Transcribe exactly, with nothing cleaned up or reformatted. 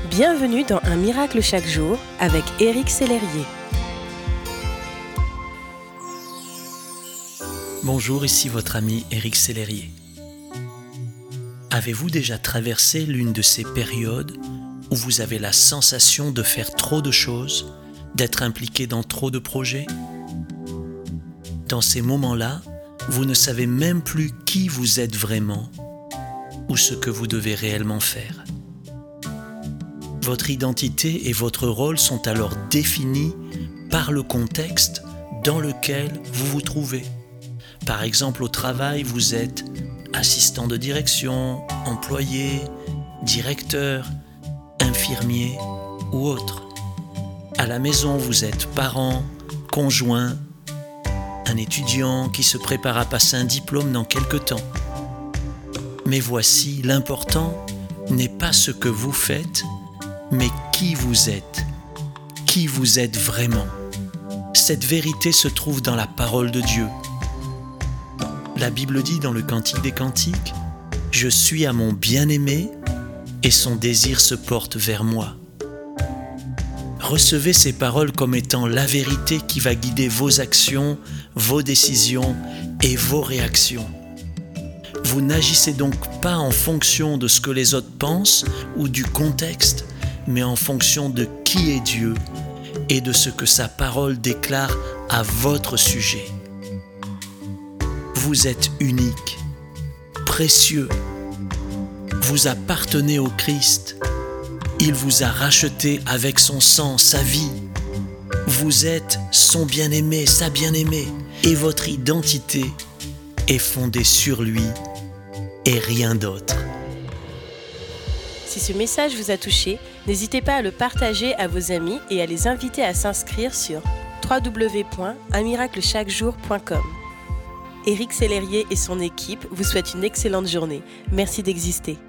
Bienvenue dans Un miracle chaque jour avec Éric Sellerier. Bonjour, ici votre ami Éric Sellerier. Avez-vous déjà traversé l'une de ces périodes où vous avez la sensation de faire trop de choses, d'être impliqué dans trop de projets ? Dans ces moments-là, vous ne savez même plus qui vous êtes vraiment ou ce que vous devez réellement faire. Votre identité et votre rôle sont alors définis par le contexte dans lequel vous vous trouvez. Par exemple, au travail, vous êtes assistant de direction, employé, directeur, infirmier ou autre. À la maison, vous êtes parent, conjoint, un étudiant qui se prépare à passer un diplôme dans quelque temps. Mais voici, l'important n'est pas ce que vous faites, mais qui vous êtes, qui vous êtes vraiment. Cette vérité se trouve dans la parole de Dieu. La Bible dit dans le Cantique des Cantiques, « Je suis à mon bien-aimé et son désir se porte vers moi ». Recevez ces paroles comme étant la vérité qui va guider vos actions, vos décisions et vos réactions. Vous n'agissez donc pas en fonction de ce que les autres pensent ou du contexte, mais en fonction de qui est Dieu et de ce que sa parole déclare à votre sujet. Vous êtes unique, précieux. Vous appartenez au Christ. Il vous a racheté avec son sang, sa vie. Vous êtes son bien-aimé, sa bien-aimée, et votre identité est fondée sur lui et rien d'autre. Si ce message vous a touché, n'hésitez pas à le partager à vos amis et à les inviter à s'inscrire sur w w w point un miracle chaque jour point com. Éric Sellerier et son équipe vous souhaitent une excellente journée. Merci d'exister.